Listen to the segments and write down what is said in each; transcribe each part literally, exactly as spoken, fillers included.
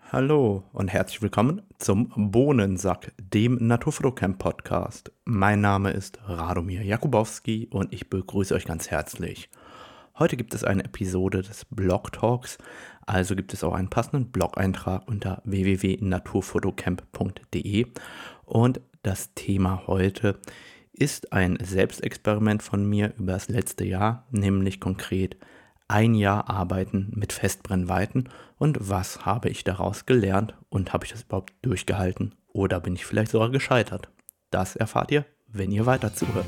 Hallo und herzlich willkommen zum Bohnensack, dem Naturfotocamp Podcast. Mein Name ist Radomir Jakubowski und ich begrüße euch ganz herzlich. Heute gibt es eine Episode des Blog Talks, also gibt es auch einen passenden Blog-Eintrag unter w w w punkt naturfotocamp punkt d e und das Thema heute ist ein Selbstexperiment von mir über das letzte Jahr, nämlich konkret ein Jahr Arbeiten mit Festbrennweiten und was habe ich daraus gelernt und habe ich das überhaupt durchgehalten oder bin ich vielleicht sogar gescheitert? Das erfahrt ihr, wenn ihr weiter zuhört.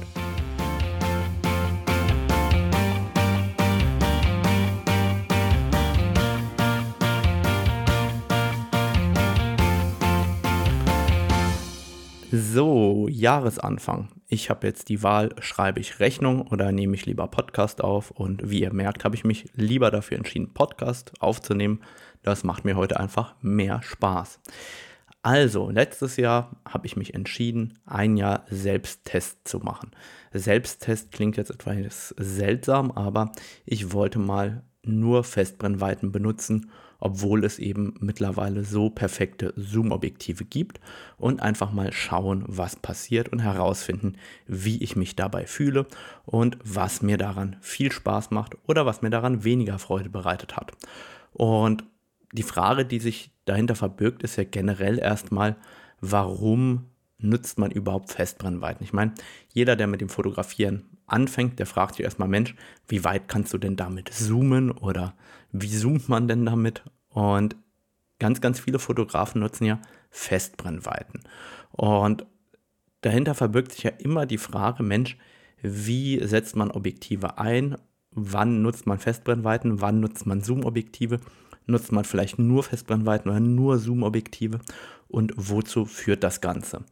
So, Jahresanfang. Ich habe jetzt die Wahl, schreibe ich Rechnung oder nehme ich lieber Podcast auf? Und wie ihr merkt, habe ich mich lieber dafür entschieden, Podcast aufzunehmen. Das macht mir heute einfach mehr Spaß. Also, letztes Jahr habe ich mich entschieden, ein Jahr Selbsttest zu machen. Selbsttest klingt jetzt etwas seltsam, aber ich wollte mal nur Festbrennweiten benutzen, obwohl es eben mittlerweile so perfekte Zoom-Objektive gibt und einfach mal schauen, was passiert und herausfinden, wie ich mich dabei fühle und was mir daran viel Spaß macht oder was mir daran weniger Freude bereitet hat. Und die Frage, die sich dahinter verbirgt, ist ja generell erstmal, warum nutzt man überhaupt Festbrennweiten? Ich meine, jeder, der mit dem Fotografieren anfängt, der fragt sich erstmal, Mensch, wie weit kannst du denn damit zoomen oder wie zoomt man denn damit? Und ganz, ganz viele Fotografen nutzen ja Festbrennweiten. Und dahinter verbirgt sich ja immer die Frage, Mensch, wie setzt man Objektive ein? Wann nutzt man Festbrennweiten? Wann nutzt man Zoom-Objektive? Nutzt man vielleicht nur Festbrennweiten oder nur Zoom-Objektive? Und wozu führt das Ganze?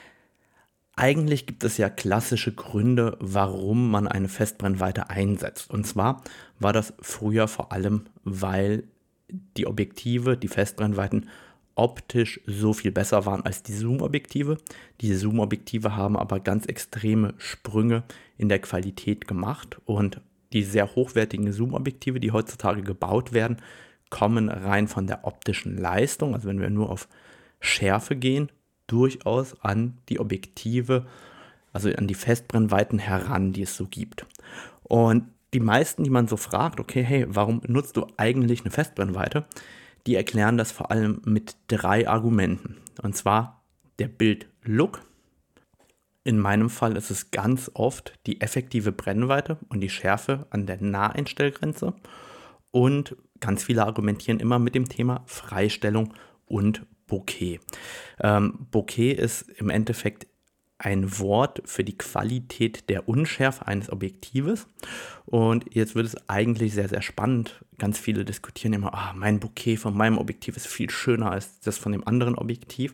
Eigentlich gibt es ja klassische Gründe, warum man eine Festbrennweite einsetzt. Und zwar war das früher vor allem, weil die Objektive, die Festbrennweiten, optisch so viel besser waren als die Zoom-Objektive. Diese Zoom-Objektive haben aber ganz extreme Sprünge in der Qualität gemacht und die sehr hochwertigen Zoom-Objektive, die heutzutage gebaut werden, kommen rein von der optischen Leistung, also wenn wir nur auf Schärfe gehen, durchaus an die Objektive, also an die Festbrennweiten heran, die es so gibt. Und die meisten, die man so fragt, okay, hey, warum nutzt du eigentlich eine Festbrennweite? Die erklären das vor allem mit drei Argumenten. Und zwar der Bildlook. In meinem Fall ist es ganz oft die effektive Brennweite und die Schärfe an der Naheinstellgrenze. Und ganz viele argumentieren immer mit dem Thema Freistellung und Bokeh. Ähm, Bokeh ist im Endeffekt ein Wort für die Qualität der Unschärfe eines Objektives. Und jetzt wird es eigentlich sehr, sehr spannend. Ganz viele diskutieren immer, ah, mein Bokeh von meinem Objektiv ist viel schöner als das von dem anderen Objektiv.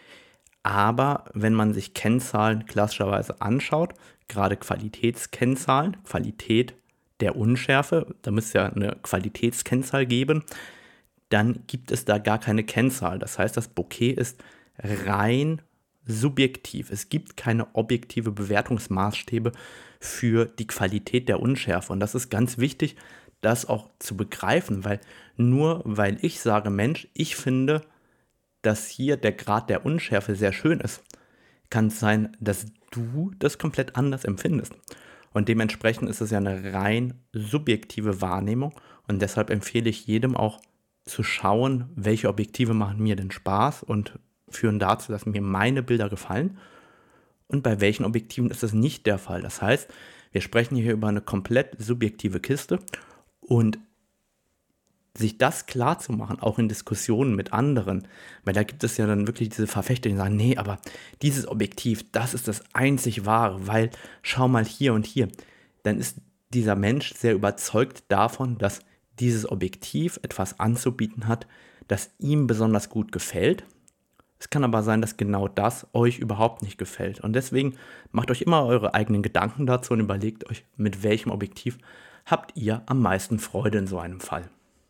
Aber wenn man sich Kennzahlen klassischerweise anschaut, gerade Qualitätskennzahlen, Qualität der Unschärfe, da müsste ja eine Qualitätskennzahl geben, dann gibt es da gar keine Kennzahl. Das heißt, das Bokeh ist rein subjektiv. Es gibt keine objektive Bewertungsmaßstäbe für die Qualität der Unschärfe. Und das ist ganz wichtig, das auch zu begreifen, weil nur weil ich sage, Mensch, ich finde, dass hier der Grad der Unschärfe sehr schön ist, kann es sein, dass du das komplett anders empfindest. Und dementsprechend ist es ja eine rein subjektive Wahrnehmung und deshalb empfehle ich jedem auch zu schauen, welche Objektive machen mir denn Spaß und führen dazu, dass mir meine Bilder gefallen und bei welchen Objektiven ist das nicht der Fall. Das heißt, wir sprechen hier über eine komplett subjektive Kiste und sich das klar zu machen, auch in Diskussionen mit anderen, weil da gibt es ja dann wirklich diese Verfechter, die sagen, nee, aber dieses Objektiv, das ist das einzig wahre, weil schau mal hier und hier, dann ist dieser Mensch sehr überzeugt davon, dass dieses Objektiv etwas anzubieten hat, das ihm besonders gut gefällt. Es kann aber sein, dass genau das euch überhaupt nicht gefällt. Und deswegen macht euch immer eure eigenen Gedanken dazu und überlegt euch, mit welchem Objektiv habt ihr am meisten Freude in so einem Fall.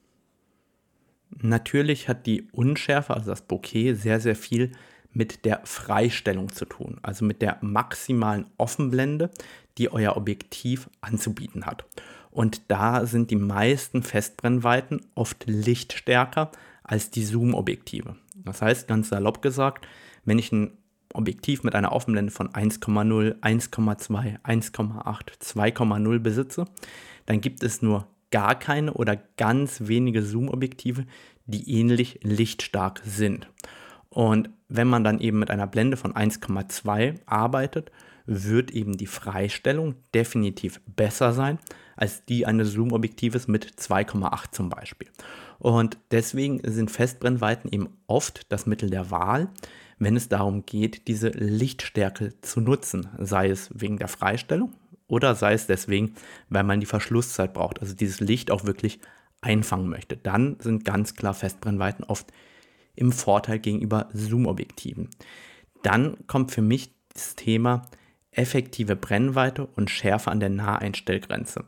Natürlich hat die Unschärfe, also das Bokeh, sehr, sehr viel mit der Freistellung zu tun, also mit der maximalen Offenblende, die euer Objektiv anzubieten hat. Und da sind die meisten Festbrennweiten oft lichtstärker als die Zoom-Objektive. Das heißt, ganz salopp gesagt, wenn ich ein Objektiv mit einer Offenblende von eins Komma null, eins Komma zwei, eins Komma acht, zwei Komma null besitze, dann gibt es nur gar keine oder ganz wenige Zoom-Objektive, die ähnlich lichtstark sind. Und wenn man dann eben mit einer Blende von eins Komma zwei arbeitet, wird eben die Freistellung definitiv besser sein als die eines Zoom-Objektives mit zwei Komma acht zum Beispiel. Und deswegen sind Festbrennweiten eben oft das Mittel der Wahl, wenn es darum geht, diese Lichtstärke zu nutzen, sei es wegen der Freistellung oder sei es deswegen, weil man die Verschlusszeit braucht, also dieses Licht auch wirklich einfangen möchte. Dann sind ganz klar Festbrennweiten oft im Vorteil gegenüber Zoom-Objektiven. Dann kommt für mich das Thema effektive Brennweite und Schärfe an der Naheinstellgrenze.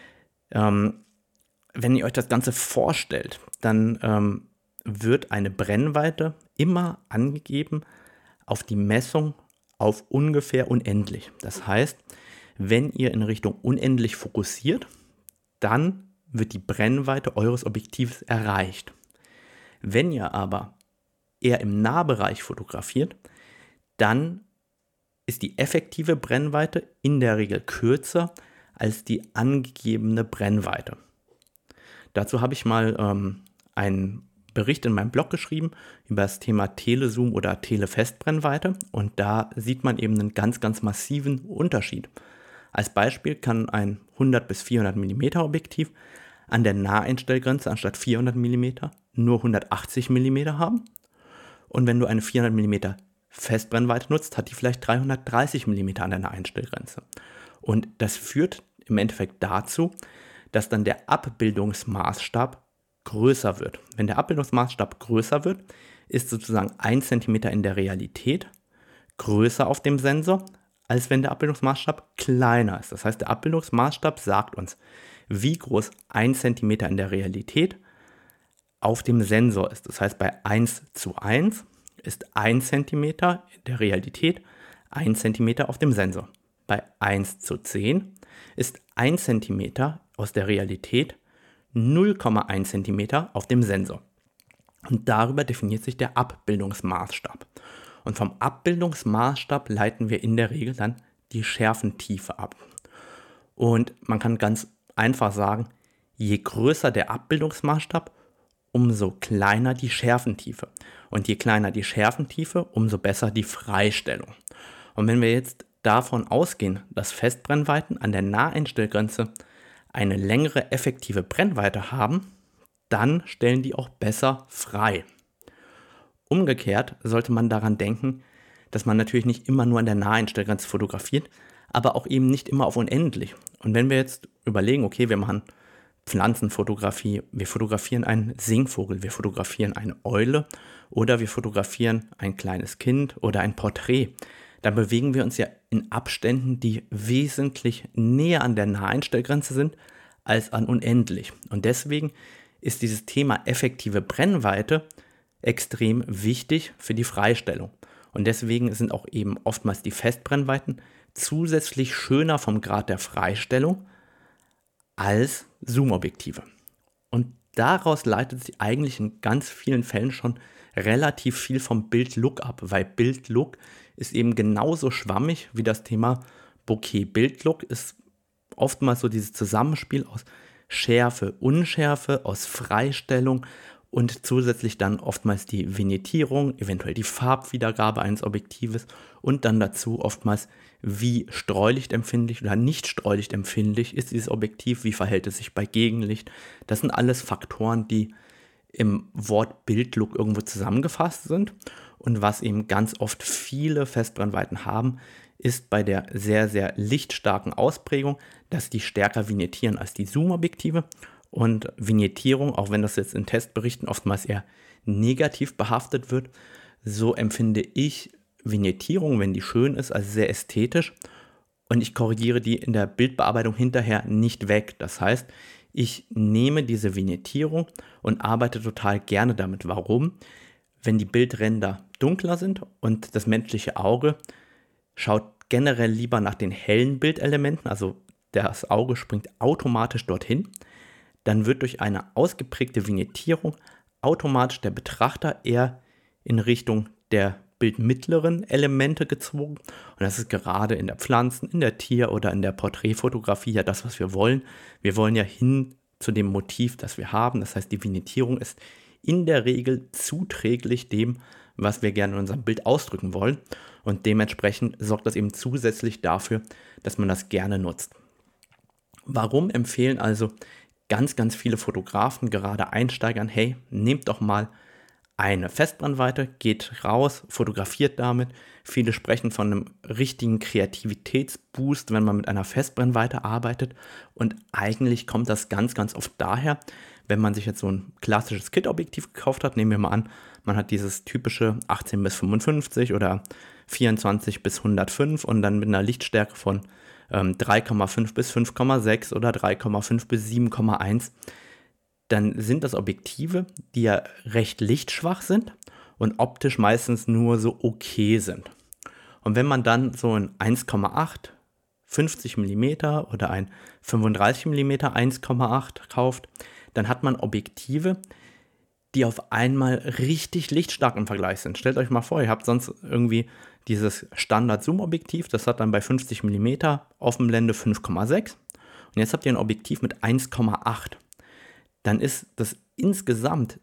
Ähm, wenn ihr euch das Ganze vorstellt, dann ähm, wird eine Brennweite immer angegeben auf die Messung auf ungefähr unendlich. Das heißt, wenn ihr in Richtung unendlich fokussiert, dann wird die Brennweite eures Objektivs erreicht. Wenn ihr aber eher im Nahbereich fotografiert, dann ist die effektive Brennweite in der Regel kürzer als die angegebene Brennweite. Dazu habe ich mal ähm, einen Bericht in meinem Blog geschrieben über das Thema Telezoom oder Telefestbrennweite und da sieht man eben einen ganz, ganz massiven Unterschied. Als Beispiel kann ein hundert bis vierhundert Millimeter Objektiv an der Naheinstellgrenze anstatt vierhundert Millimeter nur hundertachtzig Millimeter haben und wenn du eine vierhundert Millimeter Festbrennweite nutzt, hat die vielleicht dreihundertdreißig Millimeter an der Naheinstellgrenze. Und das führt im Endeffekt dazu, dass dann der Abbildungsmaßstab größer wird. Wenn der Abbildungsmaßstab größer wird, ist sozusagen ein Zentimeter in der Realität größer auf dem Sensor, als wenn der Abbildungsmaßstab kleiner ist. Das heißt, der Abbildungsmaßstab sagt uns, wie groß ein Zentimeter in der Realität auf dem Sensor ist. Das heißt, bei eins zu eins ist ein Zentimeter in der Realität ein Zentimeter auf dem Sensor. Bei eins zu zehn ist ein Zentimeter aus der Realität null Komma eins Zentimeter auf dem Sensor. Und darüber definiert sich der Abbildungsmaßstab. Und vom Abbildungsmaßstab leiten wir in der Regel dann die Schärfentiefe ab. Und man kann ganz einfach sagen, je größer der Abbildungsmaßstab, umso kleiner die Schärfentiefe. Und je kleiner die Schärfentiefe, umso besser die Freistellung. Und wenn wir jetzt davon ausgehen, dass Festbrennweiten an der Naheinstellgrenze eine längere effektive Brennweite haben, dann stellen die auch besser frei. Umgekehrt sollte man daran denken, dass man natürlich nicht immer nur an der Naheinstellgrenze fotografiert, aber auch eben nicht immer auf unendlich. Und wenn wir jetzt überlegen, okay, wir machen Pflanzenfotografie, wir fotografieren einen Singvogel, wir fotografieren eine Eule oder wir fotografieren ein kleines Kind oder ein Porträt, dann bewegen wir uns ja in Abständen, die wesentlich näher an der Naheinstellgrenze sind als an unendlich. Und deswegen ist dieses Thema effektive Brennweite extrem wichtig für die Freistellung. Und deswegen sind auch eben oftmals die Festbrennweiten zusätzlich schöner vom Grad der Freistellung als Zoom-Objektive. Und daraus leitet sich eigentlich in ganz vielen Fällen schon relativ viel vom Bild-Look ab, weil Bild-Look ist eben genauso schwammig wie das Thema Bokeh. Bild-Look ist oftmals so dieses Zusammenspiel aus Schärfe, Unschärfe, aus Freistellung und zusätzlich dann oftmals die Vignettierung, eventuell die Farbwiedergabe eines Objektives und dann dazu oftmals, wie streulichtempfindlich oder nicht streulichtempfindlich ist dieses Objektiv, wie verhält es sich bei Gegenlicht. Das sind alles Faktoren, die im Wort Bildlook irgendwo zusammengefasst sind. Und was eben ganz oft viele Festbrennweiten haben, ist bei der sehr, sehr lichtstarken Ausprägung, dass die stärker vignettieren als die Zoom-Objektive. Und Vignettierung, auch wenn das jetzt in Testberichten oftmals eher negativ behaftet wird, so empfinde ich Vignettierung, wenn die schön ist, als sehr ästhetisch. Und ich korrigiere die in der Bildbearbeitung hinterher nicht weg. Das heißt, ich nehme diese Vignettierung und arbeite total gerne damit. Warum? Wenn die Bildränder dunkler sind und das menschliche Auge schaut generell lieber nach den hellen Bildelementen, also das Auge springt automatisch dorthin, dann wird durch eine ausgeprägte Vignettierung automatisch der Betrachter eher in Richtung der bildmittleren Elemente gezwungen. Und das ist gerade in der Pflanzen-, in der Tier- oder in der Porträtfotografie ja das, was wir wollen. Wir wollen ja hin zu dem Motiv, das wir haben. Das heißt, die Vignettierung ist in der Regel zuträglich dem, was wir gerne in unserem Bild ausdrücken wollen. Und dementsprechend sorgt das eben zusätzlich dafür, dass man das gerne nutzt. Warum empfehlen also ganz, ganz viele Fotografen, gerade Einsteigern, hey, nehmt doch mal eine Festbrennweite, geht raus, fotografiert damit. Viele sprechen von einem richtigen Kreativitätsboost, wenn man mit einer Festbrennweite arbeitet. Und eigentlich kommt das ganz, ganz oft daher, wenn man sich jetzt so ein klassisches Kit-Objektiv gekauft hat. Nehmen wir mal an, man hat dieses typische achtzehn bis fünfundfünfzig oder vierundzwanzig bis hundertfünf und dann mit einer Lichtstärke von ähm, drei Komma fünf bis fünf Komma sechs oder drei Komma fünf bis sieben Komma eins. Dann sind das Objektive, die ja recht lichtschwach sind und optisch meistens nur so okay sind. Und wenn man dann so ein eins Komma acht, fünfzig Millimeter oder ein fünfunddreißig Millimeter eins Komma acht kauft, dann hat man Objektive, die auf einmal richtig lichtstark im Vergleich sind. Stellt euch mal vor, ihr habt sonst irgendwie dieses Standard-Zoom-Objektiv, das hat dann bei fünfzig Millimeter Offenblende fünf Komma sechs und jetzt habt ihr ein Objektiv mit eins Komma acht. Dann ist das insgesamt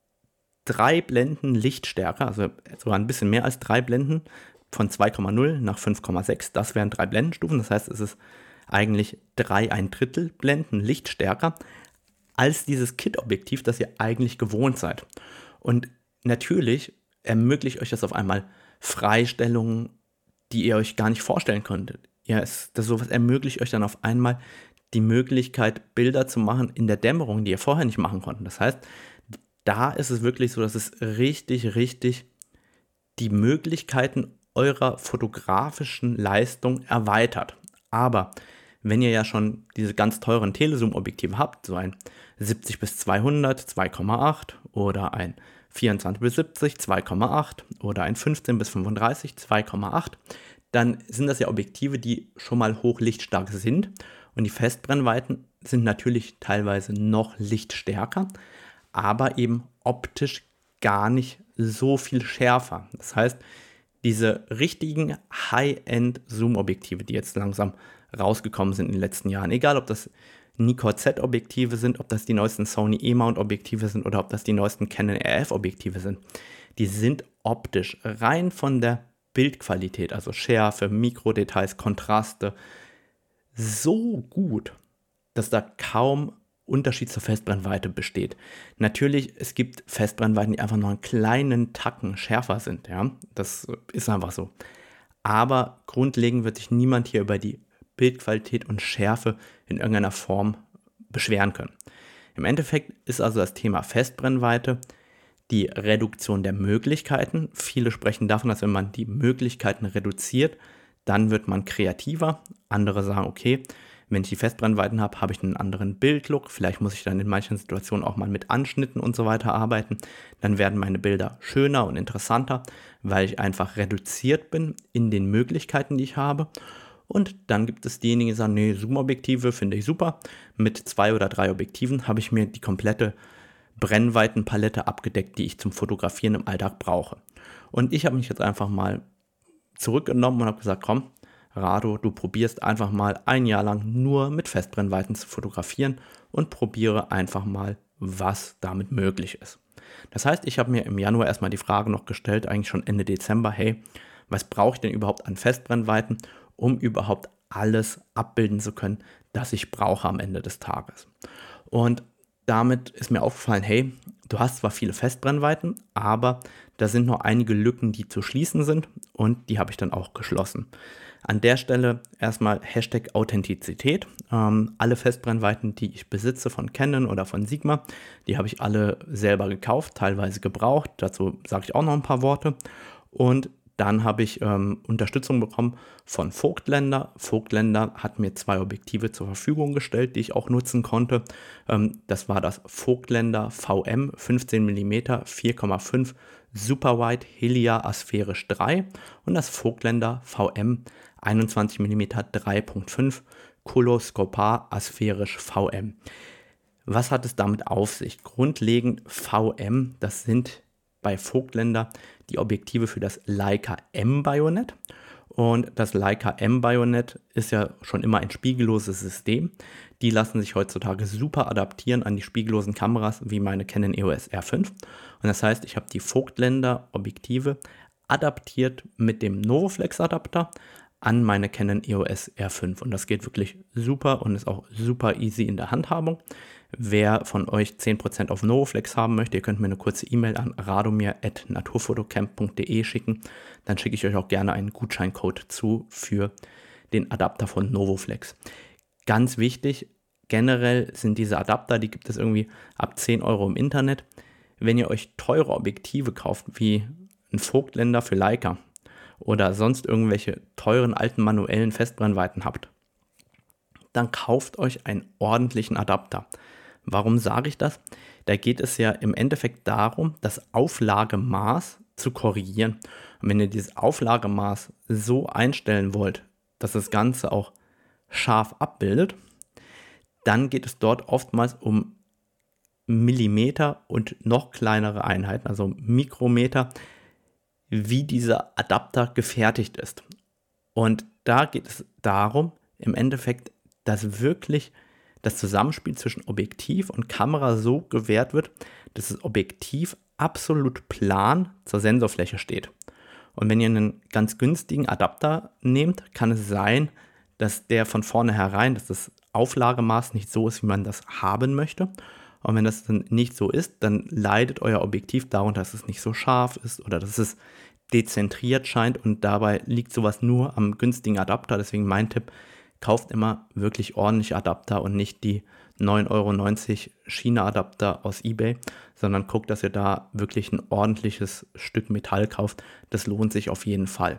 drei Blenden Lichtstärke, also sogar ein bisschen mehr als drei Blenden, von zwei Komma null nach fünf Komma sechs. Das wären drei Blendenstufen, das heißt, es ist eigentlich drei ein Drittel Blenden lichtstärker als dieses Kit-Objektiv, das ihr eigentlich gewohnt seid. Und natürlich ermöglicht euch das auf einmal Freistellungen, die ihr euch gar nicht vorstellen könntet. Ja, es, das sowas ermöglicht euch dann auf einmal die Möglichkeit, Bilder zu machen in der Dämmerung, die ihr vorher nicht machen konntet. Das heißt, da ist es wirklich so, dass es richtig, richtig die Möglichkeiten eurer fotografischen Leistung erweitert. Aber wenn ihr ja schon diese ganz teuren Telezoom-Objektive habt, so ein siebzig bis zweihundert, zwei Komma acht oder ein vierundzwanzig bis siebzig, zwei Komma acht oder ein fünfzehn bis fünfunddreißig, zwei Komma acht, dann sind das ja Objektive, die schon mal hochlichtstark sind. Und die Festbrennweiten sind natürlich teilweise noch lichtstärker, aber eben optisch gar nicht so viel schärfer. Das heißt, diese richtigen High-End-Zoom-Objektive, die jetzt langsam rausgekommen sind in den letzten Jahren, egal ob das Nikkor Z-Objektive sind, ob das die neuesten Sony E-Mount-Objektive sind oder ob das die neuesten Canon R F-Objektive sind, die sind optisch rein von der Bildqualität, also Schärfe, Mikrodetails, Kontraste, so gut, dass da kaum Unterschied zur Festbrennweite besteht. Natürlich, es gibt Festbrennweiten, die einfach noch einen kleinen Tacken schärfer sind, ja, das ist einfach so. Aber grundlegend wird sich niemand hier über die Bildqualität und Schärfe in irgendeiner Form beschweren können. Im Endeffekt ist also das Thema Festbrennweite die Reduktion der Möglichkeiten. Viele sprechen davon, dass wenn man die Möglichkeiten reduziert, dann wird man kreativer. Andere sagen, okay, wenn ich die Festbrennweiten habe, habe ich einen anderen Bildlook. Vielleicht muss ich dann in manchen Situationen auch mal mit Anschnitten und so weiter arbeiten. Dann werden meine Bilder schöner und interessanter, weil ich einfach reduziert bin in den Möglichkeiten, die ich habe. Und dann gibt es diejenigen, die sagen, nee, Zoom-Objektive finde ich super. Mit zwei oder drei Objektiven habe ich mir die komplette Brennweitenpalette abgedeckt, die ich zum Fotografieren im Alltag brauche. Und ich habe mich jetzt einfach mal zurückgenommen und habe gesagt, komm, Rado, du probierst einfach mal ein Jahr lang nur mit Festbrennweiten zu fotografieren und probiere einfach mal, was damit möglich ist. Das heißt, ich habe mir im Januar erstmal die Frage noch gestellt, eigentlich schon Ende Dezember, hey, was brauche ich denn überhaupt an Festbrennweiten, um überhaupt alles abbilden zu können, das ich brauche am Ende des Tages. Und damit ist mir aufgefallen, hey, du hast zwar viele Festbrennweiten, aber da sind noch einige Lücken, die zu schließen sind und die habe ich dann auch geschlossen. An der Stelle erstmal Hashtag Authentizität. Ähm, alle Festbrennweiten, die ich besitze von Canon oder von Sigma, die habe ich alle selber gekauft, teilweise gebraucht. Dazu sage ich auch noch ein paar Worte. Und dann habe ich ähm, Unterstützung bekommen von Vogtländer. Vogtländer hat mir zwei Objektive zur Verfügung gestellt, die ich auch nutzen konnte. Ähm, das war das Vogtländer V M fünfzehn Millimeter vier Komma fünf Super Wide Helia Aspherisch drei und das Vogtländer V M einundzwanzig Millimeter drei Komma fünf Coloscopar Aspherisch V M. Was hat es damit auf sich? Grundlegend V M, das sind bei Vogtländer die Objektive für das Leica M-Bajonett. Und das Leica M-Bajonett ist ja schon immer ein spiegelloses System. Die lassen sich heutzutage super adaptieren an die spiegellosen Kameras wie meine Canon E O S R fünf. Und das heißt, ich habe die Vogtländer Objektive adaptiert mit dem Novoflex Adapter an meine Canon E O S R fünf. Und das geht wirklich super und ist auch super easy in der Handhabung. Wer von euch zehn Prozent auf Novoflex haben möchte, ihr könnt mir eine kurze E-Mail an radomir at naturfotocamp punkt de schicken. Dann schicke ich euch auch gerne einen Gutscheincode zu für den Adapter von Novoflex. Ganz wichtig, generell sind diese Adapter, die gibt es irgendwie ab zehn Euro im Internet. Wenn ihr euch teure Objektive kauft, wie ein Vogtländer für Leica oder sonst irgendwelche teuren alten manuellen Festbrennweiten habt, dann kauft euch einen ordentlichen Adapter. Warum sage ich das? Da geht es ja im Endeffekt darum, das Auflagemaß zu korrigieren. Und wenn ihr dieses Auflagemaß so einstellen wollt, dass das Ganze auch scharf abbildet, dann geht es dort oftmals um Millimeter und noch kleinere Einheiten, also Mikrometer, wie dieser Adapter gefertigt ist. Und da geht es darum, im Endeffekt, dass wirklich das Zusammenspiel zwischen Objektiv und Kamera so gewährt wird, dass das Objektiv absolut plan zur Sensorfläche steht. Und wenn ihr einen ganz günstigen Adapter nehmt, kann es sein, dass der von vornherein, dass das Auflagemaß nicht so ist, wie man das haben möchte. Und wenn das dann nicht so ist, dann leidet euer Objektiv darunter, dass es nicht so scharf ist oder dass es dezentriert scheint. Und dabei liegt sowas nur am günstigen Adapter. Deswegen mein Tipp, kauft immer wirklich ordentliche Adapter und nicht die neun Euro neunzig China-Adapter aus eBay, sondern guckt, dass ihr da wirklich ein ordentliches Stück Metall kauft. Das lohnt sich auf jeden Fall.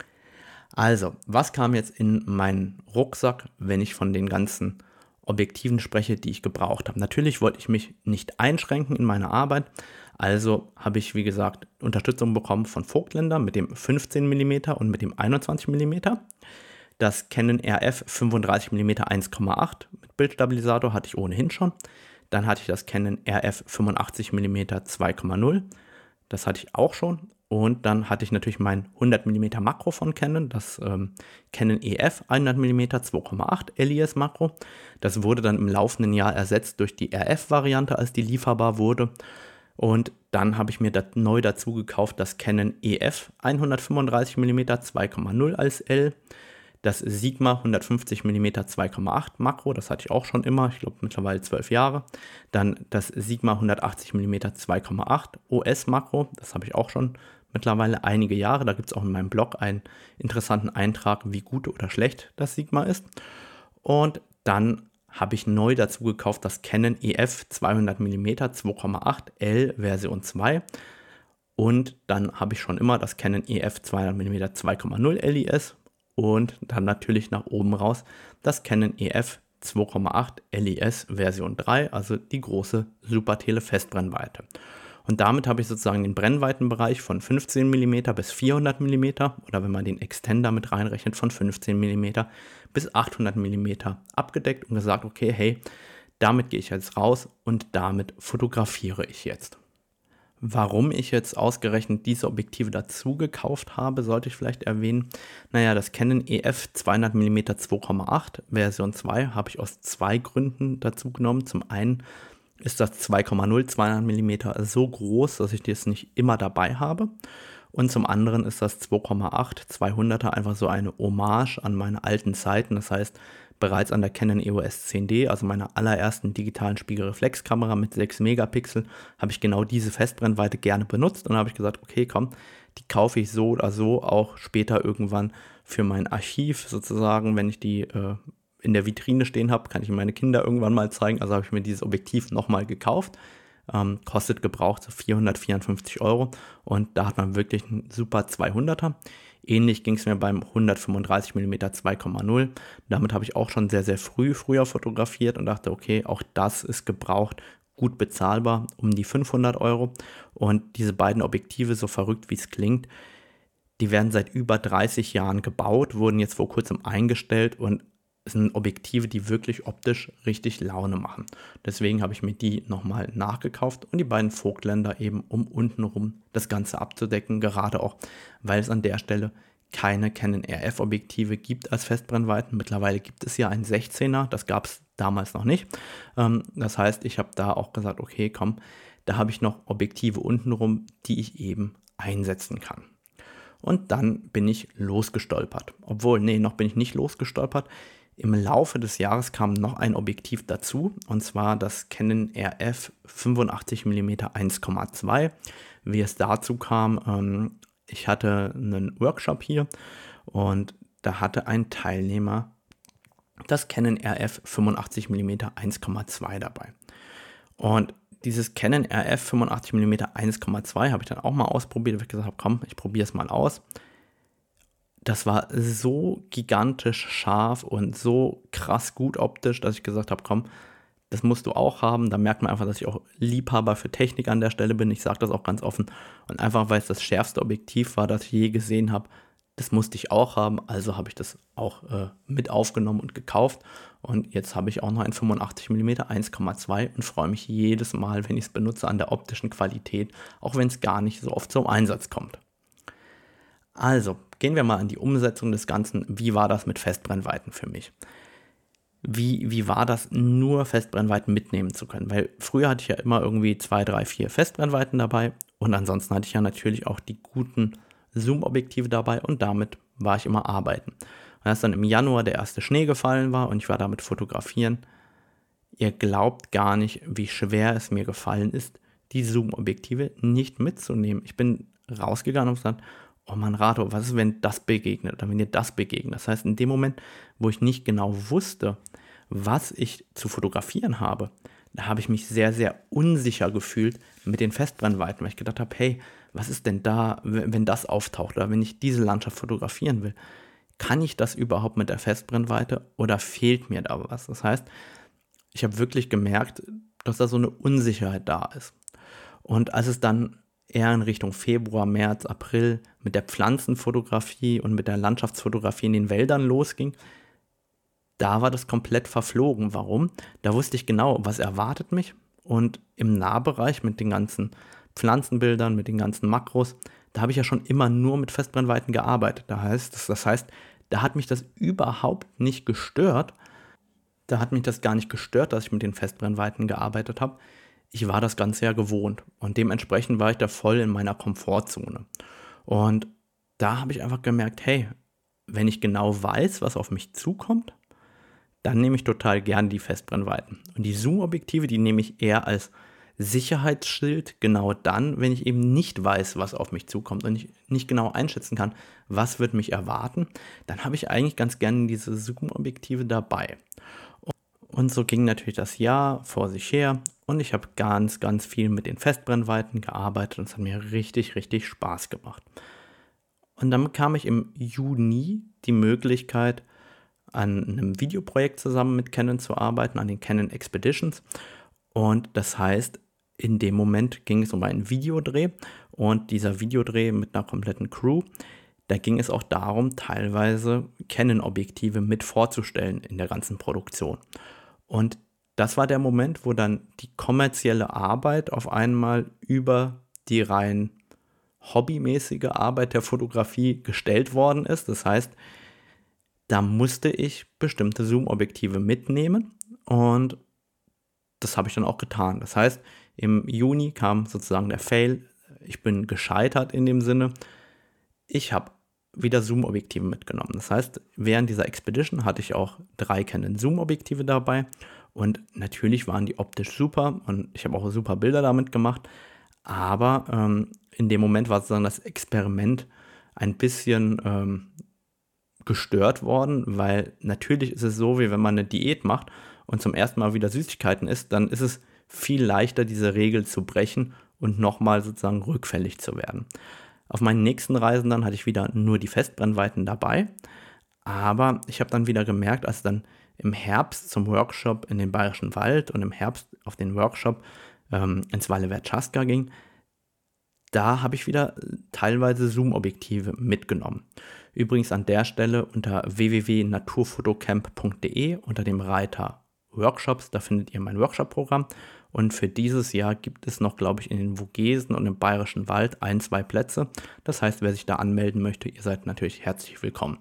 Also, was kam jetzt in meinen Rucksack, wenn ich von den ganzen Objektiven spreche, die ich gebraucht habe? Natürlich wollte ich mich nicht einschränken in meiner Arbeit, also habe ich, wie gesagt, Unterstützung bekommen von Vogtländer mit dem fünfzehn Millimeter und mit dem einundzwanzig Millimeter. Das Canon R F fünfunddreißig Millimeter eins Komma acht mit Bildstabilisator hatte ich ohnehin schon. Dann hatte ich das Canon R F fünfundachtzig Millimeter zwei Komma null. Das hatte ich auch schon. Und dann hatte ich natürlich mein hundert Millimeter Makro von Canon, das ähm, Canon E F hundert Millimeter zwei Komma acht L I S Makro. Das wurde dann im laufenden Jahr ersetzt durch die R F-Variante, als die lieferbar wurde. Und dann habe ich mir das neu dazu gekauft, das Canon E F hundertfünfunddreißig Millimeter zwei Komma null als L. Das Sigma hundertfünfzig Millimeter zwei Komma acht Makro, das hatte ich auch schon immer, ich glaube mittlerweile zwölf Jahre. Dann das Sigma hundertachtzig Millimeter zwei Komma acht O S Makro, das habe ich auch schon mittlerweile einige Jahre. Da gibt es auch in meinem Blog einen interessanten Eintrag, wie gut oder schlecht das Sigma ist. Und dann habe ich neu dazu gekauft das Canon E F zweihundert Millimeter zwei Komma acht L Version zwei. Und dann habe ich schon immer das Canon E F zweihundert Millimeter zwei Komma null L I S. Und dann natürlich nach oben raus das Canon E F zwei Komma acht L I S Version drei, also die große Super-Tele Festbrennweite. Und damit habe ich sozusagen den Brennweitenbereich von fünfzehn Millimeter bis vierhundert Millimeter oder wenn man den Extender mit reinrechnet von fünfzehn Millimeter bis achthundert Millimeter abgedeckt und gesagt, okay, hey, damit gehe ich jetzt raus und damit fotografiere ich jetzt. Warum ich jetzt ausgerechnet diese Objektive dazu gekauft habe, sollte ich vielleicht erwähnen. Naja, das Canon E F zweihundert Millimeter zwei Komma acht Version zwei habe ich aus zwei Gründen dazu genommen. Zum einen ist das zwei Komma null zweihundert Millimeter so groß, dass ich das nicht immer dabei habe. Und zum anderen ist das zwei Komma acht zweihunderter einfach so eine Hommage an meine alten Zeiten. Das heißt, bereits an der Canon E O S zehn D, also meiner allerersten digitalen Spiegelreflexkamera mit sechs Megapixel, habe ich genau diese Festbrennweite gerne benutzt. Und dann habe ich gesagt, okay, komm, die kaufe ich so oder so auch später irgendwann für mein Archiv sozusagen, wenn ich die äh, in der Vitrine stehen habe, kann ich meine Kinder irgendwann mal zeigen. Also habe ich mir dieses Objektiv nochmal gekauft. Ähm, kostet gebraucht so vierhundertvierundfünfzig Euro und da hat man wirklich einen super zweihunderter. Ähnlich ging es mir beim hundertfünfunddreißig Millimeter zwei Komma null. Damit habe ich auch schon sehr, sehr früh früher fotografiert und dachte, okay, auch das ist gebraucht, gut bezahlbar, um die fünfhundert Euro. Und diese beiden Objektive, so verrückt wie es klingt, die werden seit über dreißig Jahren gebaut, wurden jetzt vor kurzem eingestellt und sind Objektive, die wirklich optisch richtig Laune machen. Deswegen habe ich mir die nochmal nachgekauft und die beiden Vogtländer eben, um untenrum das Ganze abzudecken, gerade auch, weil es an der Stelle keine Canon R F-Objektive gibt als Festbrennweiten. Mittlerweile gibt es ja einen sechzehner, das gab es damals noch nicht. Ähm, das heißt, ich habe da auch gesagt, okay, komm, da habe ich noch Objektive untenrum, die ich eben einsetzen kann. Und dann bin ich losgestolpert. Obwohl, nee, noch bin ich nicht losgestolpert. Im Laufe des Jahres kam noch ein Objektiv dazu, und zwar das Canon R F fünfundachtzig Millimeter eins Komma zwei. Wie es dazu kam, ähm, ich hatte einen Workshop hier und da hatte ein Teilnehmer das Canon R F fünfundachtzig Millimeter eins Komma zwei dabei. Und dieses Canon R F fünfundachtzig Millimeter eins Komma zwei habe ich dann auch mal ausprobiert, weil ich gesagt habe, komm, ich probiere es mal aus. Das war so gigantisch scharf und so krass gut optisch, dass ich gesagt habe, komm, das musst du auch haben. Da merkt man einfach, dass ich auch Liebhaber für Technik an der Stelle bin. Ich sage das auch ganz offen. Und einfach, weil es das schärfste Objektiv war, das ich je gesehen habe, das musste ich auch haben. Also habe ich das auch äh, mit aufgenommen und gekauft. Und jetzt habe ich auch noch ein fünfundachtzig Millimeter eins Komma zwei und freue mich jedes Mal, wenn ich es benutze, an der optischen Qualität, auch wenn es gar nicht so oft zum Einsatz kommt. Also, gehen wir mal an die Umsetzung des Ganzen. Wie war das mit Festbrennweiten für mich? Wie, wie war das, nur Festbrennweiten mitnehmen zu können? Weil früher hatte ich ja immer irgendwie zwei, drei, vier Festbrennweiten dabei und ansonsten hatte ich ja natürlich auch die guten Zoom-Objektive dabei und damit war ich immer arbeiten. Und als dann im Januar der erste Schnee gefallen war und ich war damit fotografieren, ihr glaubt gar nicht, wie schwer es mir gefallen ist, die Zoom-Objektive nicht mitzunehmen. Ich bin rausgegangen und gesagt, oh Mann, Rato, was ist, wenn das begegnet oder wenn dir das begegnet? Das heißt, in dem Moment, wo ich nicht genau wusste, was ich zu fotografieren habe, da habe ich mich sehr, sehr unsicher gefühlt mit den Festbrennweiten, weil ich gedacht habe, hey, was ist denn da, wenn das auftaucht oder wenn ich diese Landschaft fotografieren will? Kann ich das überhaupt mit der Festbrennweite oder fehlt mir da was? Das heißt, ich habe wirklich gemerkt, dass da so eine Unsicherheit da ist. Und als es dann eher in Richtung Februar, März, April mit der Pflanzenfotografie und mit der Landschaftsfotografie in den Wäldern losging, da war das komplett verflogen. Warum? Da wusste ich genau, was erwartet mich. Und im Nahbereich mit den ganzen Pflanzenbildern, mit den ganzen Makros, da habe ich ja schon immer nur mit Festbrennweiten gearbeitet. Das heißt, das heißt, da hat mich das überhaupt nicht gestört. Da hat mich das gar nicht gestört, dass ich mit den Festbrennweiten gearbeitet habe. Ich war das Ganze ja gewohnt und dementsprechend war ich da voll in meiner Komfortzone. Und da habe ich einfach gemerkt, hey, wenn ich genau weiß, was auf mich zukommt, dann nehme ich total gern die Festbrennweiten. Und die Zoom-Objektive, die nehme ich eher als Sicherheitsschild, genau dann, wenn ich eben nicht weiß, was auf mich zukommt und ich nicht genau einschätzen kann, was wird mich erwarten, dann habe ich eigentlich ganz gerne diese Zoom-Objektive dabei. Und so ging natürlich das Jahr vor sich her und ich habe ganz, ganz viel mit den Festbrennweiten gearbeitet und es hat mir richtig, richtig Spaß gemacht. Und dann bekam ich im Juni die Möglichkeit, an einem Videoprojekt zusammen mit Canon zu arbeiten, an den Canon Expeditions. Und das heißt, in dem Moment ging es um einen Videodreh und dieser Videodreh mit einer kompletten Crew, da ging es auch darum, teilweise Canon-Objektive mit vorzustellen in der ganzen Produktion. Und das war der Moment, wo dann die kommerzielle Arbeit auf einmal über die rein hobbymäßige Arbeit der Fotografie gestellt worden ist. Das heißt, da musste ich bestimmte Zoom-Objektive mitnehmen und das habe ich dann auch getan. Das heißt, im Juni kam sozusagen der Fail. Ich bin gescheitert in dem Sinne. Ich habe wieder Zoom-Objektive mitgenommen. Das heißt, während dieser Expedition hatte ich auch drei Canon Zoom-Objektive dabei und natürlich waren die optisch super und ich habe auch super Bilder damit gemacht, aber ähm, in dem Moment war sozusagen das Experiment ein bisschen ähm, gestört worden, weil natürlich ist es so, wie wenn man eine Diät macht und zum ersten Mal wieder Süßigkeiten isst, dann ist es viel leichter, diese Regel zu brechen und nochmal sozusagen rückfällig zu werden. Auf meinen nächsten Reisen dann hatte ich wieder nur die Festbrennweiten dabei, aber ich habe dann wieder gemerkt, als dann im Herbst zum Workshop in den Bayerischen Wald und im Herbst auf den Workshop ähm, ins Valle Verchaska ging, da habe ich wieder teilweise Zoom-Objektive mitgenommen. Übrigens an der Stelle unter w w w punkt naturfotocamp punkt d e unter dem Reiter Workshops, da findet ihr mein Workshop-Programm. Und für dieses Jahr gibt es noch, glaube ich, in den Vogesen und im Bayerischen Wald ein, zwei Plätze. Das heißt, wer sich da anmelden möchte, ihr seid natürlich herzlich willkommen.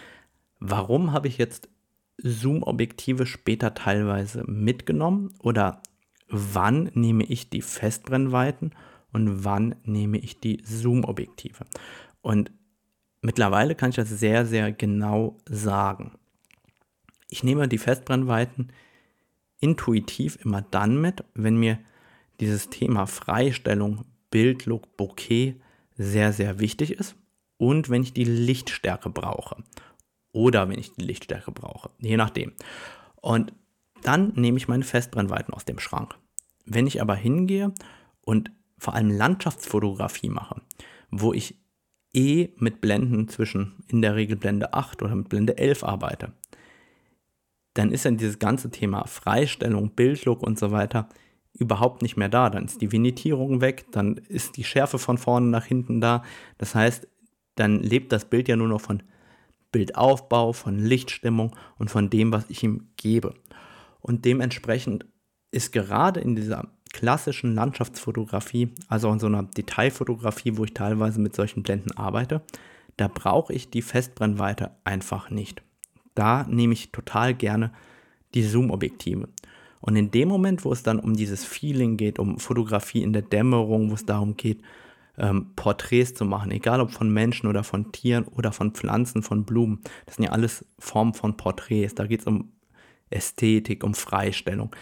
Warum habe ich jetzt Zoom-Objektive später teilweise mitgenommen? Oder wann nehme ich die Festbrennweiten und wann nehme ich die Zoom-Objektive? Und mittlerweile kann ich das sehr, sehr genau sagen. Ich nehme die Festbrennweiten intuitiv immer dann mit, wenn mir dieses Thema Freistellung, Bildlook, Bokeh sehr, sehr wichtig ist und wenn ich die Lichtstärke brauche oder wenn ich die Lichtstärke brauche, je nachdem. Und dann nehme ich meine Festbrennweiten aus dem Schrank. Wenn ich aber hingehe und vor allem Landschaftsfotografie mache, wo ich eh mit Blenden zwischen in der Regel Blende acht oder mit Blende elf arbeite, dann ist dann dieses ganze Thema Freistellung, Bildlook und so weiter überhaupt nicht mehr da. Dann ist die Vignettierung weg, dann ist die Schärfe von vorne nach hinten da. Das heißt, dann lebt das Bild ja nur noch von Bildaufbau, von Lichtstimmung und von dem, was ich ihm gebe. Und dementsprechend ist gerade in dieser klassischen Landschaftsfotografie, also in so einer Detailfotografie, wo ich teilweise mit solchen Blenden arbeite, da brauche ich die Festbrennweite einfach nicht. Da nehme ich total gerne die Zoom-Objektive. Und in dem Moment, wo es dann um dieses Feeling geht, um Fotografie in der Dämmerung, wo es darum geht, ähm, Porträts zu machen, egal ob von Menschen oder von Tieren oder von Pflanzen, von Blumen, das sind ja alles Formen von Porträts, da geht es um Ästhetik, um Freistellung.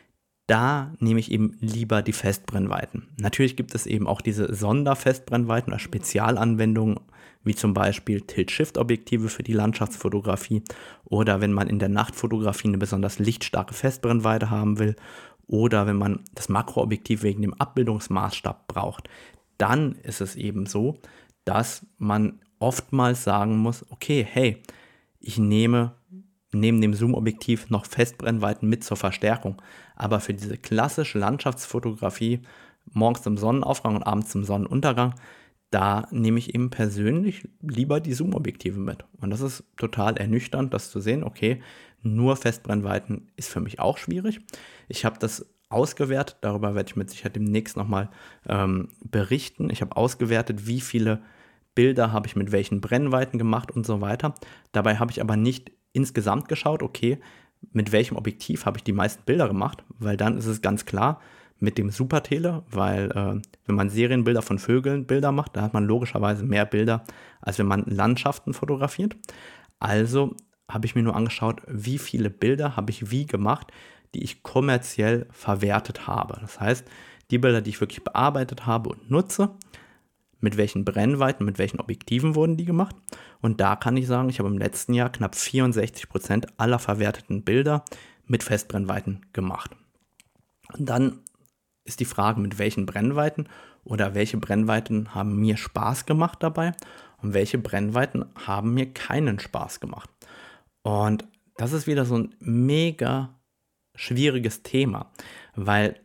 Da nehme ich eben lieber die Festbrennweiten. Natürlich gibt es eben auch diese Sonderfestbrennweiten oder Spezialanwendungen, wie zum Beispiel Tilt-Shift-Objektive für die Landschaftsfotografie oder wenn man in der Nachtfotografie eine besonders lichtstarke Festbrennweite haben will oder wenn man das Makroobjektiv wegen dem Abbildungsmaßstab braucht, dann ist es eben so, dass man oftmals sagen muss, okay, hey, ich nehme neben dem Zoom-Objektiv noch Festbrennweiten mit zur Verstärkung. Aber für diese klassische Landschaftsfotografie, morgens zum Sonnenaufgang und abends zum Sonnenuntergang, da nehme ich eben persönlich lieber die Zoom-Objektive mit. Und das ist total ernüchternd, das zu sehen, okay, nur Festbrennweiten ist für mich auch schwierig. Ich habe das ausgewertet, darüber werde ich mit Sicherheit demnächst nochmal ähm, berichten. Ich habe ausgewertet, wie viele Bilder habe ich mit welchen Brennweiten gemacht und so weiter. Dabei habe ich aber nicht insgesamt geschaut, okay, mit welchem Objektiv habe ich die meisten Bilder gemacht, weil dann ist es ganz klar mit dem Supertele, weil äh, wenn man Serienbilder von Vögeln Bilder macht, da hat man logischerweise mehr Bilder, als wenn man Landschaften fotografiert. Also habe ich mir nur angeschaut, wie viele Bilder habe ich wie gemacht, die ich kommerziell verwertet habe. Das heißt, die Bilder, die ich wirklich bearbeitet habe und nutze, mit welchen Brennweiten, mit welchen Objektiven wurden die gemacht. Und da kann ich sagen, ich habe im letzten Jahr knapp vierundsechzig Prozent aller verwerteten Bilder mit Festbrennweiten gemacht. Und dann ist die Frage, mit welchen Brennweiten oder welche Brennweiten haben mir Spaß gemacht dabei und welche Brennweiten haben mir keinen Spaß gemacht. Und das ist wieder so ein mega schwieriges Thema, weil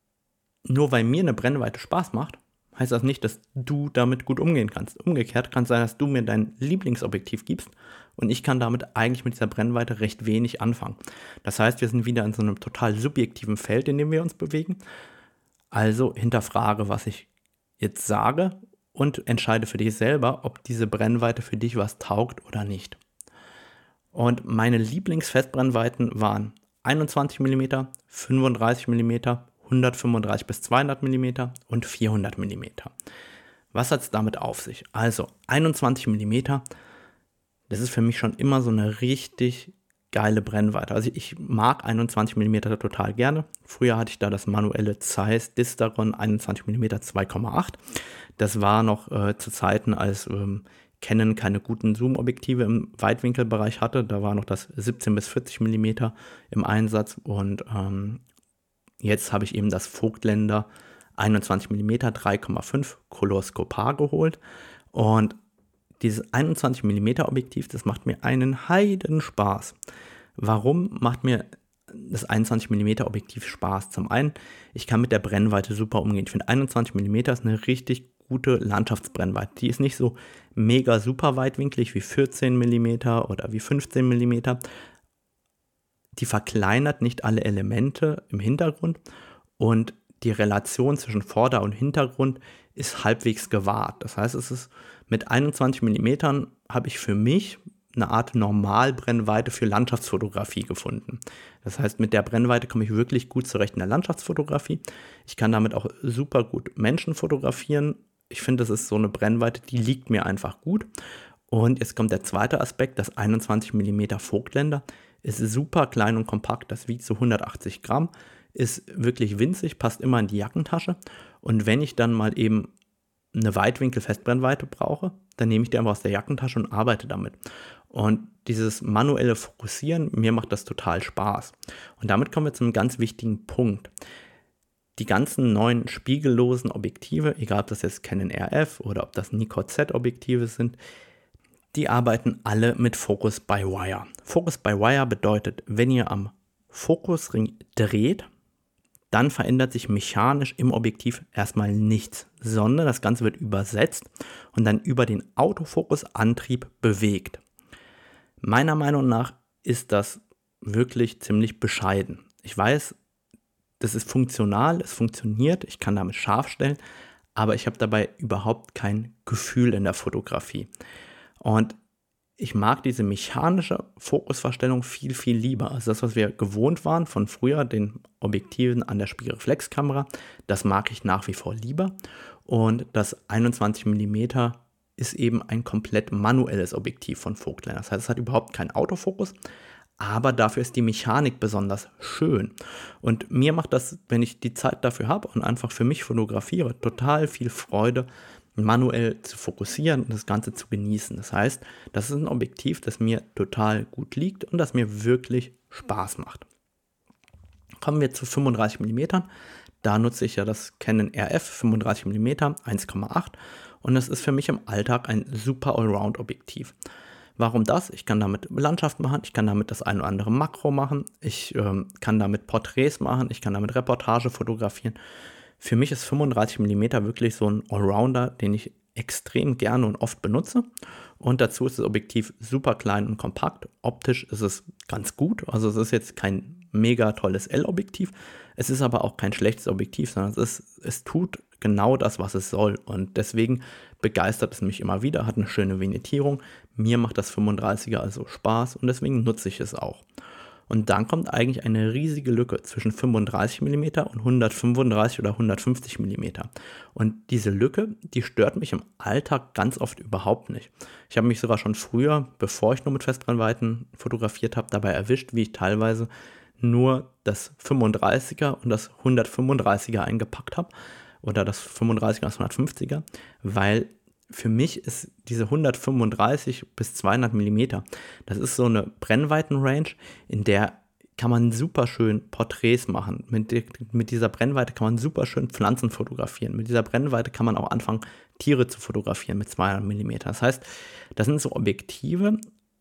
nur weil mir eine Brennweite Spaß macht, heißt das nicht, dass du damit gut umgehen kannst. Umgekehrt kann es sein, dass du mir dein Lieblingsobjektiv gibst und ich kann damit eigentlich mit dieser Brennweite recht wenig anfangen. Das heißt, wir sind wieder in so einem total subjektiven Feld, in dem wir uns bewegen. Also hinterfrage, was ich jetzt sage und entscheide für dich selber, ob diese Brennweite für dich was taugt oder nicht. Und meine Lieblingsfestbrennweiten waren einundzwanzig Millimeter, fünfunddreißig Millimeter, hundertfünfunddreißig bis zweihundert Millimeter und vierhundert Millimeter. Was hat es damit auf sich? Also einundzwanzig Millimeter, das ist für mich schon immer so eine richtig geile Brennweite. Also ich mag einundzwanzig Millimeter total gerne. Früher hatte ich da das manuelle Zeiss Distaron einundzwanzig Millimeter zwei Komma acht. Das war noch äh, zu Zeiten, als ähm, Canon keine guten Zoom-Objektive im Weitwinkelbereich hatte. Da war noch das siebzehn bis vierzig Millimeter im Einsatz und ähm, jetzt habe ich eben das Vogtländer einundzwanzig Millimeter drei Komma fünf Color Scopar geholt und dieses einundzwanzig Millimeter Objektiv, das macht mir einen Heidenspaß. Warum macht mir das einundzwanzig Millimeter Objektiv Spaß? Zum einen, ich kann mit der Brennweite super umgehen. Ich finde einundzwanzig Millimeter ist eine richtig gute Landschaftsbrennweite. Die ist nicht so mega super weitwinklig wie vierzehn Millimeter oder wie fünfzehn Millimeter. Die verkleinert nicht alle Elemente im Hintergrund und die Relation zwischen Vorder- und Hintergrund ist halbwegs gewahrt. Das heißt, es ist mit einundzwanzig Millimeter habe ich für mich eine Art Normalbrennweite für Landschaftsfotografie gefunden. Das heißt, mit der Brennweite komme ich wirklich gut zurecht in der Landschaftsfotografie. Ich kann damit auch super gut Menschen fotografieren. Ich finde, das ist so eine Brennweite, die liegt mir einfach gut. Und jetzt kommt der zweite Aspekt, das einundzwanzig Millimeter Vogtländer ist super klein und kompakt. Das wiegt so hundertachtzig Gramm, ist wirklich winzig, passt immer in die Jackentasche. Und wenn ich dann mal eben eine Weitwinkel-Festbrennweite brauche, dann nehme ich die einfach aus der Jackentasche und arbeite damit. Und dieses manuelle Fokussieren, mir macht das total Spaß. Und damit kommen wir zu einem ganz wichtigen Punkt. Die ganzen neuen spiegellosen Objektive, egal ob das jetzt Canon R F oder ob das Nikon Z-Objektive sind, die arbeiten alle mit Focus by Wire. Focus by Wire bedeutet, wenn ihr am Fokusring dreht, dann verändert sich mechanisch im Objektiv erstmal nichts, sondern das Ganze wird übersetzt und dann über den Autofokusantrieb bewegt. Meiner Meinung nach ist das wirklich ziemlich bescheiden. Ich weiß, das ist funktional, es funktioniert, ich kann damit scharf stellen, aber ich habe dabei überhaupt kein Gefühl in der Fotografie. Und ich mag diese mechanische Fokusverstellung viel, viel lieber. Also das, was wir gewohnt waren von früher, den Objektiven an der Spiegelreflexkamera, das mag ich nach wie vor lieber. Und das einundzwanzig Millimeter ist eben ein komplett manuelles Objektiv von Vogtländer. Das heißt, es hat überhaupt keinen Autofokus, aber dafür ist die Mechanik besonders schön. Und mir macht das, wenn ich die Zeit dafür habe und einfach für mich fotografiere, total viel Freude, manuell zu fokussieren und das Ganze zu genießen. Das heißt, das ist ein Objektiv, das mir total gut liegt und das mir wirklich Spaß macht. Kommen wir zu fünfunddreißig Millimeter. Da nutze ich ja das Canon R F fünfunddreißig Millimeter eins Komma acht und das ist für mich im Alltag ein super Allround-Objektiv. Warum das? Ich kann damit Landschaft machen, ich kann damit das ein oder andere Makro machen, ich ähm, kann damit Porträts machen, ich kann damit Reportage fotografieren. Für mich ist fünfunddreißig Millimeter wirklich so ein Allrounder, den ich extrem gerne und oft benutze. Und dazu ist das Objektiv super klein und kompakt. Optisch ist es ganz gut. Also es ist jetzt kein mega tolles L-Objektiv. Es ist aber auch kein schlechtes Objektiv, sondern es, ist, es tut genau das, was es soll. Und deswegen begeistert es mich immer wieder, hat eine schöne Vignettierung. Mir macht das fünfunddreißiger also Spaß und deswegen nutze ich es auch. Und dann kommt eigentlich eine riesige Lücke zwischen fünfunddreißig Millimeter und hundertfünfunddreißig oder hundertfünfzig Millimeter. Und diese Lücke, die stört mich im Alltag ganz oft überhaupt nicht. Ich habe mich sogar schon früher, bevor ich nur mit Festbrennweiten fotografiert habe, dabei erwischt, wie ich teilweise nur das fünfunddreißiger und das hundertfünfunddreißiger eingepackt habe oder das fünfunddreißiger und das hundertfünfziger, weil für mich ist diese hundertfünfunddreißig bis zweihundert Millimeter, das ist so eine Brennweitenrange, in der kann man super schön Porträts machen. Mit, mit dieser Brennweite kann man super schön Pflanzen fotografieren. Mit dieser Brennweite kann man auch anfangen, Tiere zu fotografieren mit zweihundert Millimeter. Das heißt, das sind so Objektive,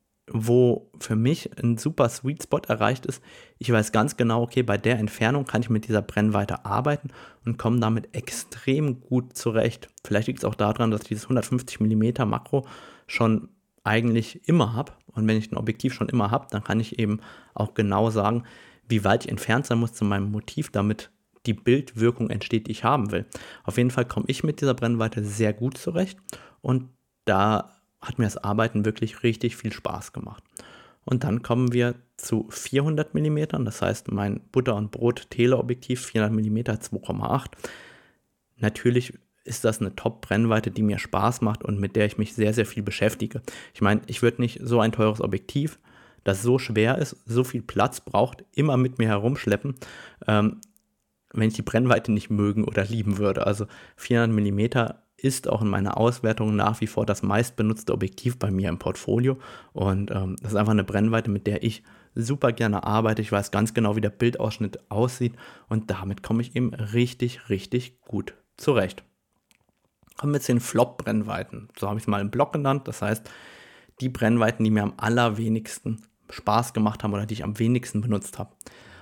wo für mich ein super Sweet Spot erreicht ist. Ich weiß ganz genau, okay, bei der Entfernung kann ich mit dieser Brennweite arbeiten und komme damit extrem gut zurecht. Vielleicht liegt es auch daran, dass ich dieses hundertfünfzig Millimeter Makro schon eigentlich immer habe. Und wenn ich ein Objektiv schon immer habe, dann kann ich eben auch genau sagen, wie weit ich entfernt sein muss zu meinem Motiv, damit die Bildwirkung entsteht, die ich haben will. Auf jeden Fall komme ich mit dieser Brennweite sehr gut zurecht und da hat mir das Arbeiten wirklich richtig viel Spaß gemacht. Und dann kommen wir zu vierhundert Millimeter, das heißt mein Butter- und Brot-Teleobjektiv vierhundert Millimeter zwei Komma acht. Natürlich ist das eine Top-Brennweite, die mir Spaß macht und mit der ich mich sehr, sehr viel beschäftige. Ich meine, ich würde nicht so ein teures Objektiv, das so schwer ist, so viel Platz braucht, immer mit mir herumschleppen, ähm, wenn ich die Brennweite nicht mögen oder lieben würde. Also vierhundert Millimeter ist auch in meiner Auswertung nach wie vor das meistbenutzte Objektiv bei mir im Portfolio und ähm, das ist einfach eine Brennweite, mit der ich super gerne arbeite. Ich weiß ganz genau, wie der Bildausschnitt aussieht und damit komme ich eben richtig, richtig gut zurecht. Kommen wir zu den Flop-Brennweiten. So habe ich es mal im Blog genannt. Das heißt, die Brennweiten, die mir am allerwenigsten Spaß gemacht haben oder die ich am wenigsten benutzt habe.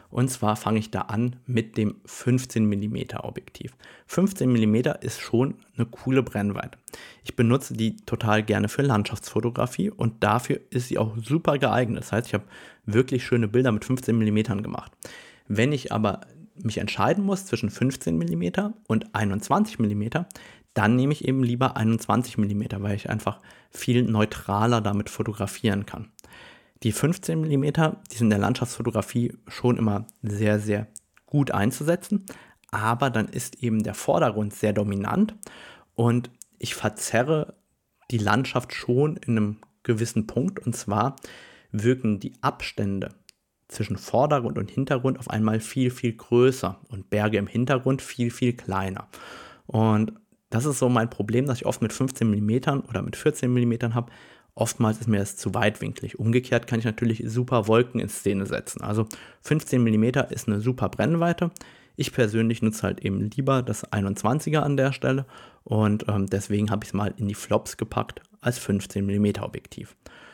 Und zwar fange ich da an mit dem fünfzehn Millimeter Objektiv. fünfzehn Millimeter ist schon eine coole Brennweite. Ich benutze die total gerne für Landschaftsfotografie und dafür ist sie auch super geeignet. Das heißt, ich habe wirklich schöne Bilder mit fünfzehn Millimeter gemacht. Wenn ich aber mich entscheiden muss zwischen fünfzehn Millimeter und einundzwanzig Millimeter, dann nehme ich eben lieber einundzwanzig Millimeter, weil ich einfach viel neutraler damit fotografieren kann. Die fünfzehn Millimeter, die sind in der Landschaftsfotografie schon immer sehr, sehr gut einzusetzen, aber dann ist eben der Vordergrund sehr dominant und ich verzerre die Landschaft schon in einem gewissen Punkt, und zwar wirken die Abstände zwischen Vordergrund und Hintergrund auf einmal viel, viel größer und Berge im Hintergrund viel, viel kleiner. Und das ist so mein Problem, das ich oft mit fünfzehn Millimeter oder mit vierzehn Millimeter habe. Oftmals ist mir das zu weitwinklig. Umgekehrt kann ich natürlich super Wolken in Szene setzen. Also fünfzehn Millimeter ist eine super Brennweite. Ich persönlich nutze halt eben lieber das einundzwanziger an der Stelle und ähm, deswegen habe ich es mal in die Flops gepackt als fünfzehn Millimeter Objektiv.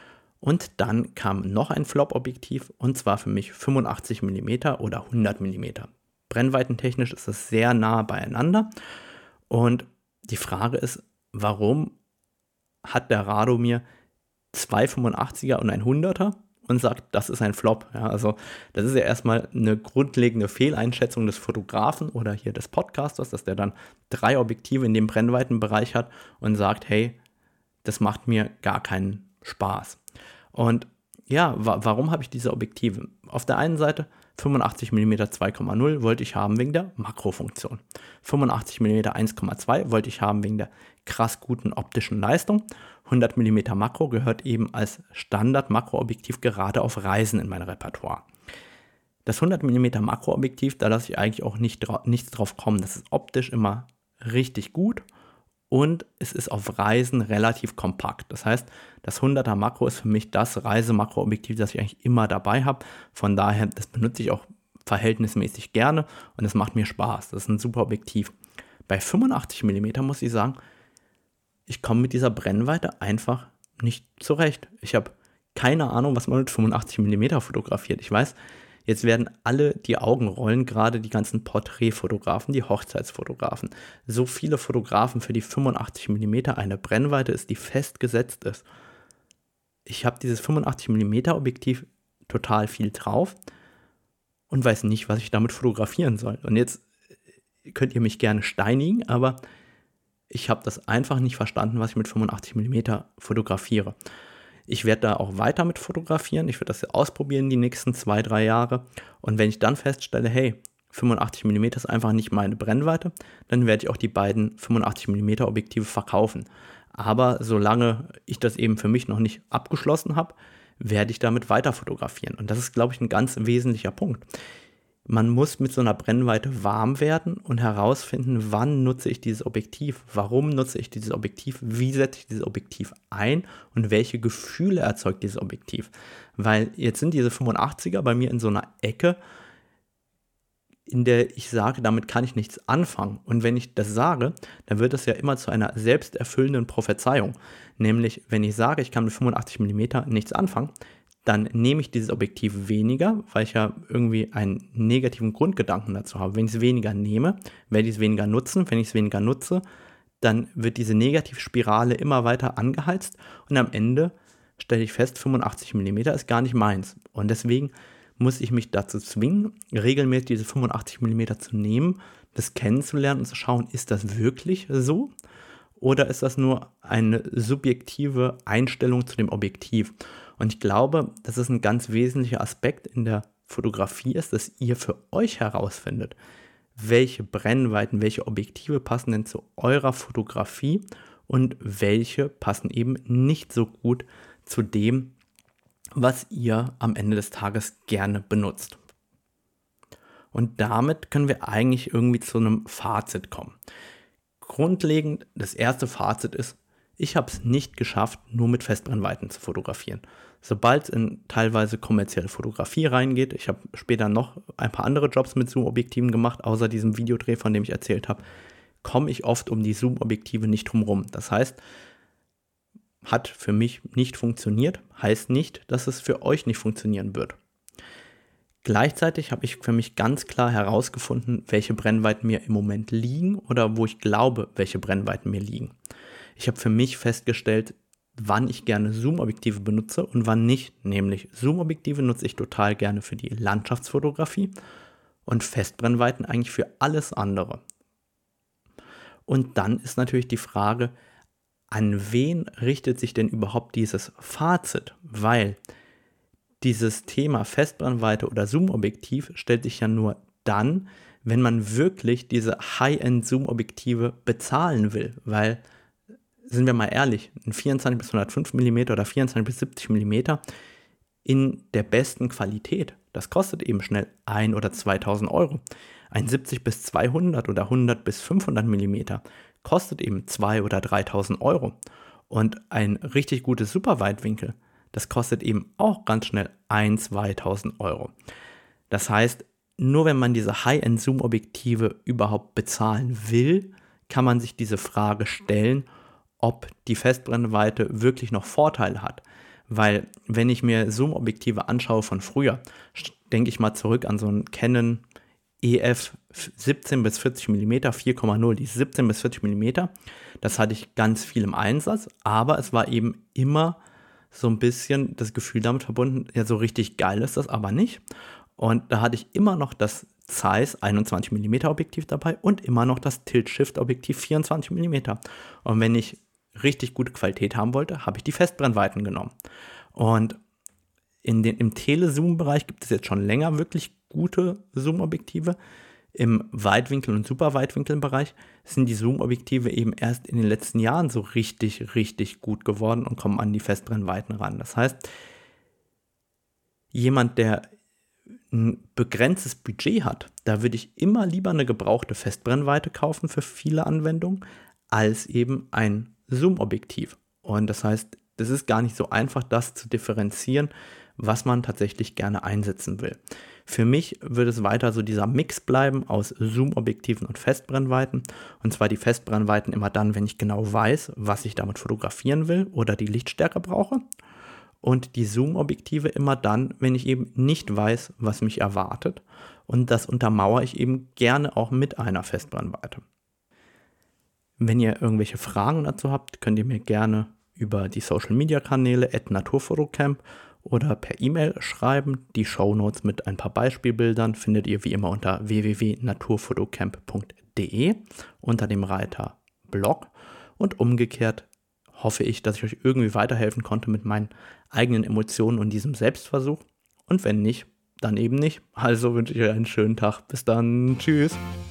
Und dann kam noch ein Flop-Objektiv und zwar für mich fünfundachtzig Millimeter oder hundert Millimeter. Brennweitentechnisch ist das sehr nah beieinander und die Frage ist, warum hat der Radomir zwei fünfundachtziger und ein hunderter und sagt, das ist ein Flop. Ja, also das ist ja erstmal eine grundlegende Fehleinschätzung des Fotografen oder hier des Podcasters, dass der dann drei Objektive in dem Brennweitenbereich hat und sagt, hey, das macht mir gar keinen Spaß. Und ja, wa- warum habe ich diese Objektive? Auf der einen Seite fünfundachtzig Millimeter zwei Komma null wollte ich haben wegen der Makrofunktion. fünfundachtzig Millimeter eins Komma zwei wollte ich haben wegen der krass guten optischen Leistung. hundert Millimeter Makro gehört eben als Standard-Makroobjektiv gerade auf Reisen in mein Repertoire. Das hundert Millimeter Makroobjektiv, da lasse ich eigentlich auch nicht dra- nichts drauf kommen. Das ist optisch immer richtig gut und es ist auf Reisen relativ kompakt. Das heißt, das hunderter Makro ist für mich das Reisemakroobjektiv, das ich eigentlich immer dabei habe. Von daher, das benutze ich auch verhältnismäßig gerne und es macht mir Spaß. Das ist ein super Objektiv. Bei fünfundachtzig Millimeter muss ich sagen, ich komme mit dieser Brennweite einfach nicht zurecht. Ich habe keine Ahnung, was man mit fünfundachtzig Millimeter fotografiert. Ich weiß, jetzt werden alle die Augen rollen, gerade die ganzen Porträtfotografen, die Hochzeitsfotografen. So viele Fotografen für die fünfundachtzig Millimeter eine Brennweite ist, die festgesetzt ist. Ich habe dieses fünfundachtzig Millimeter Objektiv total viel drauf und weiß nicht, was ich damit fotografieren soll. Und jetzt könnt ihr mich gerne steinigen, aber ich habe das einfach nicht verstanden, was ich mit fünfundachtzig Millimeter fotografiere. Ich werde da auch weiter mit fotografieren. Ich werde das ausprobieren die nächsten zwei, drei Jahre. Und wenn ich dann feststelle, hey, fünfundachtzig Millimeter ist einfach nicht meine Brennweite, dann werde ich auch die beiden fünfundachtzig Millimeter Objektive verkaufen. Aber solange ich das eben für mich noch nicht abgeschlossen habe, werde ich damit weiter fotografieren. Und das ist, glaube ich, ein ganz wesentlicher Punkt. Man muss mit so einer Brennweite warm werden und herausfinden, wann nutze ich dieses Objektiv, warum nutze ich dieses Objektiv, wie setze ich dieses Objektiv ein und welche Gefühle erzeugt dieses Objektiv. Weil jetzt sind diese fünfundachtziger bei mir in so einer Ecke, in der ich sage, damit kann ich nichts anfangen. Und wenn ich das sage, dann wird das ja immer zu einer selbsterfüllenden Prophezeiung. Nämlich, wenn ich sage, ich kann mit fünfundachtzig Millimeter nichts anfangen, dann nehme ich dieses Objektiv weniger, weil ich ja irgendwie einen negativen Grundgedanken dazu habe. Wenn ich es weniger nehme, werde ich es weniger nutzen. Wenn ich es weniger nutze, dann wird diese Negativspirale immer weiter angeheizt und am Ende stelle ich fest, fünfundachtzig Millimeter ist gar nicht meins. Und deswegen muss ich mich dazu zwingen, regelmäßig diese fünfundachtzig Millimeter zu nehmen, das kennenzulernen und zu schauen, ist das wirklich so? Oder ist das nur eine subjektive Einstellung zu dem Objektiv? Und ich glaube, dass es ein ganz wesentlicher Aspekt in der Fotografie ist, dass ihr für euch herausfindet, welche Brennweiten, welche Objektive passen denn zu eurer Fotografie und welche passen eben nicht so gut zu dem, was ihr am Ende des Tages gerne benutzt. Und damit können wir eigentlich irgendwie zu einem Fazit kommen. Grundlegend, das erste Fazit ist, ich habe es nicht geschafft, nur mit Festbrennweiten zu fotografieren. Sobald es in teilweise kommerzielle Fotografie reingeht, ich habe später noch ein paar andere Jobs mit Zoom-Objektiven gemacht, außer diesem Videodreh, von dem ich erzählt habe, komme ich oft um die Zoom-Objektive nicht drum rum. Das heißt, hat für mich nicht funktioniert, heißt nicht, dass es für euch nicht funktionieren wird. Gleichzeitig habe ich für mich ganz klar herausgefunden, welche Brennweiten mir im Moment liegen oder wo ich glaube, welche Brennweiten mir liegen. Ich habe für mich festgestellt, wann ich gerne Zoom-Objektive benutze und wann nicht. Nämlich Zoom-Objektive nutze ich total gerne für die Landschaftsfotografie und Festbrennweiten eigentlich für alles andere. Und dann ist natürlich die Frage, an wen richtet sich denn überhaupt dieses Fazit? Weil dieses Thema Festbrennweite oder Zoom-Objektiv stellt sich ja nur dann, wenn man wirklich diese High-End-Zoom-Objektive bezahlen will. Weil, sind wir mal ehrlich, ein vierundzwanzig bis hundertfünf Millimeter oder vierundzwanzig bis siebzig Millimeter in der besten Qualität, das kostet eben schnell ein oder zweitausend Euro. Ein siebzig bis zweihundert oder hundert bis fünfhundert Millimeter kostet eben zweitausend oder dreitausend Euro. Und ein richtig gutes Superweitwinkel, das kostet eben auch ganz schnell ein, zweitausend Euro. Das heißt, nur wenn man diese High-End-Zoom-Objektive überhaupt bezahlen will, kann man sich diese Frage stellen, ob die Festbrennweite wirklich noch Vorteile hat. Weil wenn ich mir Zoom-Objektive anschaue von früher, denke ich mal zurück an so einen Canon E F siebzehn bis vierzig Millimeter vier Komma null, die siebzehn bis vierzig Millimeter. Das hatte ich ganz viel im Einsatz, aber es war eben immer so ein bisschen das Gefühl damit verbunden, ja, so richtig geil ist das aber nicht. Und da hatte ich immer noch das Zeiss einundzwanzig Millimeter Objektiv dabei und immer noch das Tilt-Shift-Objektiv vierundzwanzig Millimeter. Und wenn ich richtig gute Qualität haben wollte, habe ich die Festbrennweiten genommen. Und in den, im Tele-Zoom-Bereich gibt es jetzt schon länger wirklich gute Zoom-Objektive. Im Weitwinkel- und Superweitwinkel-Bereich sind die Zoom-Objektive eben erst in den letzten Jahren so richtig, richtig gut geworden und kommen an die Festbrennweiten ran. Das heißt, jemand, der ein begrenztes Budget hat, da würde ich immer lieber eine gebrauchte Festbrennweite kaufen für viele Anwendungen, als eben ein Zoom-Objektiv. Und das heißt, das ist gar nicht so einfach, das zu differenzieren, was man tatsächlich gerne einsetzen will. Für mich wird es weiter so dieser Mix bleiben aus Zoom-Objektiven und Festbrennweiten. Und zwar die Festbrennweiten immer dann, wenn ich genau weiß, was ich damit fotografieren will oder die Lichtstärke brauche. Und die Zoom-Objektive immer dann, wenn ich eben nicht weiß, was mich erwartet. Und das untermauere ich eben gerne auch mit einer Festbrennweite. Wenn ihr irgendwelche Fragen dazu habt, könnt ihr mir gerne über die Social-Media-Kanäle at naturfotocamp oder per E-Mail schreiben. Die Shownotes mit ein paar Beispielbildern findet ihr wie immer unter w w w punkt naturfotocamp punkt d e unter dem Reiter Blog. Und umgekehrt hoffe ich, dass ich euch irgendwie weiterhelfen konnte mit meinen eigenen Emotionen und diesem Selbstversuch. Und wenn nicht, dann eben nicht. Also wünsche ich euch einen schönen Tag. Bis dann. Tschüss.